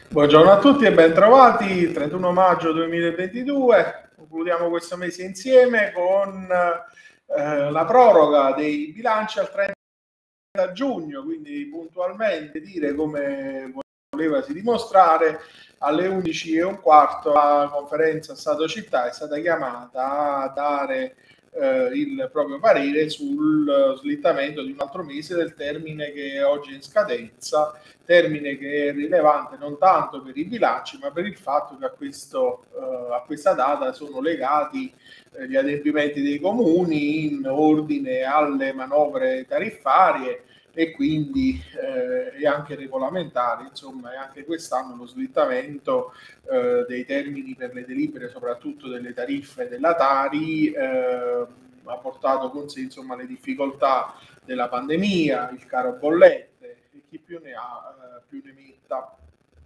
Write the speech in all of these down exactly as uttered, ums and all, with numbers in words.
Buongiorno a tutti e bentrovati, trentuno maggio duemilaventidue, concludiamo questo mese insieme con eh, la proroga dei bilanci al trenta giugno, quindi puntualmente dire come volevasi dimostrare alle undici e un quarto la conferenza Stato-Città è stata chiamata a dare eh, il proprio parere sul slittamento di un altro mese del termine che è oggi in scadenza, termine che è rilevante non tanto per i bilanci ma per il fatto che a, questo, eh, a questa data sono legati eh, gli adempimenti dei comuni in ordine alle manovre tariffarie e quindi eh, e anche regolamentari, insomma, e anche quest'anno lo slittamento eh, dei termini per le delibere, soprattutto delle tariffe della Tari, eh, ha portato con sé insomma le difficoltà della pandemia, il caro bollette e chi più ne ha eh, più ne metta.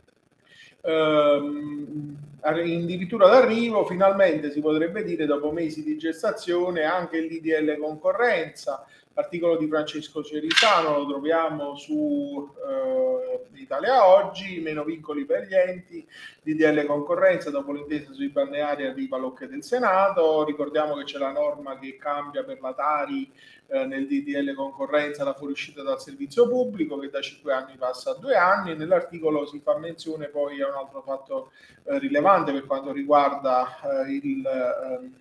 Um, addirittura d'arrivo, finalmente si potrebbe dire, dopo mesi di gestazione, anche il D D L concorrenza. L'articolo di Francesco Cerisano lo troviamo su eh, Italia Oggi, meno vincoli per gli enti, D D L concorrenza, dopo l'intesa sui balneari arriva all'ok del Senato. Ricordiamo che c'è la norma che cambia per la Tari eh, nel D D L concorrenza la fuoriuscita dal servizio pubblico, che da cinque anni passa a due anni. Nell'articolo si fa menzione poi a un altro fatto eh, rilevante per quanto riguarda eh, il ehm,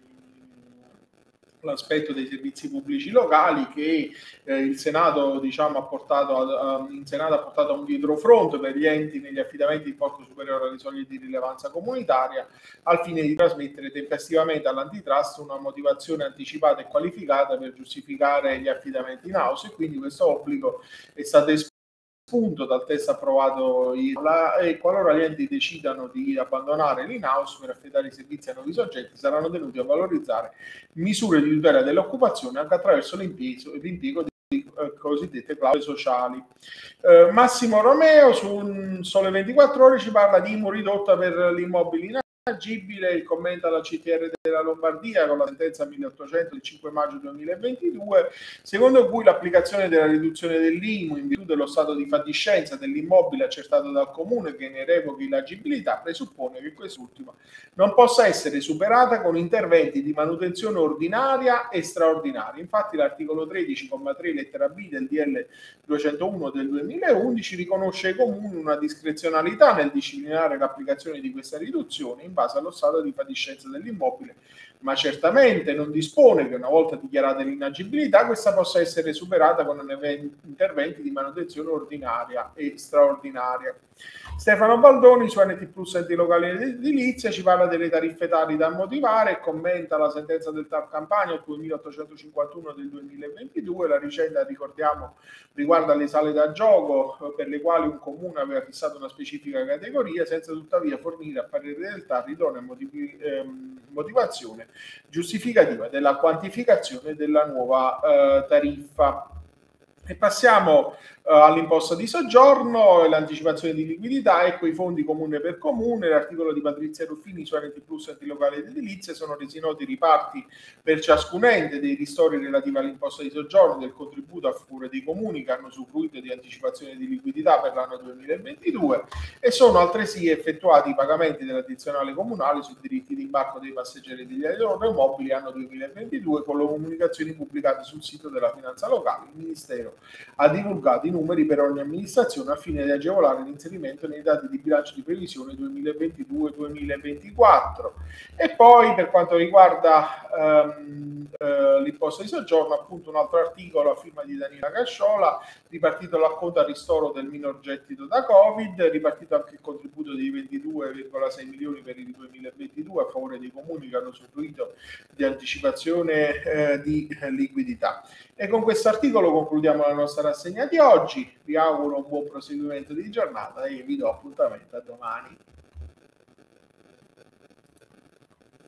l'aspetto dei servizi pubblici locali, che eh, il Senato diciamo ha portato a, a, in Senato ha portato a un dietrofront per gli enti negli affidamenti di importo superiore alle soglie di rilevanza comunitaria, al fine di trasmettere tempestivamente all'antitrust una motivazione anticipata e qualificata per giustificare gli affidamenti in house, e quindi questo obbligo è stato espresso punto dal testo approvato e qualora gli enti decidano di abbandonare l'in-house per affidare i servizi a nuovi soggetti, saranno tenuti a valorizzare misure di tutela dell'occupazione anche attraverso l'impiego di eh, cosiddette clausole sociali. Eh, Massimo Romeo su un Sole ventiquattro Ore ci parla di I M U ridotta per l'immobile in agibile, il commento alla C T R della Lombardia con la sentenza milleottocento del cinque maggio duemilaventidue, secondo cui l'applicazione della riduzione dell'I M U in virtù dello stato di fatiscenza dell'immobile accertato dal comune che ne revochi l'agibilità presuppone che quest'ultima non possa essere superata con interventi di manutenzione ordinaria e straordinaria. Infatti l'articolo tredici comma tre lettera B del D L duecentouno del duemilaundici riconosce ai comuni una discrezionalità nel disciplinare l'applicazione di questa riduzione in base allo stato di fatiscenza dell'immobile, ma certamente non dispone che una volta dichiarata l'inagibilità questa possa essere superata con interventi di manutenzione ordinaria e straordinaria. Stefano Baldoni su N T Plus enti locali ed edilizia ci parla delle tariffe tali da motivare e commenta la sentenza del T A R Campania duemilaottocentocinquantuno del duemilaventidue. La vicenda, ricordiamo, riguarda le sale da gioco per le quali un comune aveva fissato una specifica categoria senza tuttavia fornire a parere del T A R idonea motivi, ehm, motivazione giustificativa della quantificazione della nuova eh, tariffa. E passiamo uh, all'imposta di soggiorno, l'anticipazione di liquidità e quei fondi comune per comune. L'articolo di Patrizia Ruffini su N T Plus enti locali ed edilizia sono resi noti i riparti per ciascun ente dei ristori relativi all'imposta di soggiorno del contributo a favore dei comuni che hanno usufruito di anticipazione di liquidità per l'anno duemilaventidue, e sono altresì effettuati i pagamenti dell'addizionale comunale sui diritti di imbarco dei passeggeri degli aeromobili anno duemilaventidue con le comunicazioni pubblicate sul sito della finanza locale. Il Ministero ha divulgato i numeri per ogni amministrazione al fine di agevolare l'inserimento nei dati di bilancio di previsione duemilaventidue duemilaventiquattro. E poi per quanto riguarda ehm, eh, l'imposta di soggiorno, appunto un altro articolo a firma di Daniela Casciola, ripartito l'acconto al ristoro del minor gettito da Covid, ripartito anche il contributo di ventidue virgola sei milioni per il duemilaventidue a favore dei comuni che hanno usufruito di anticipazione eh, di eh, liquidità. E con questo articolo concludiamo la nostra rassegna di oggi. Vi auguro un buon proseguimento di giornata e vi do appuntamento a domani.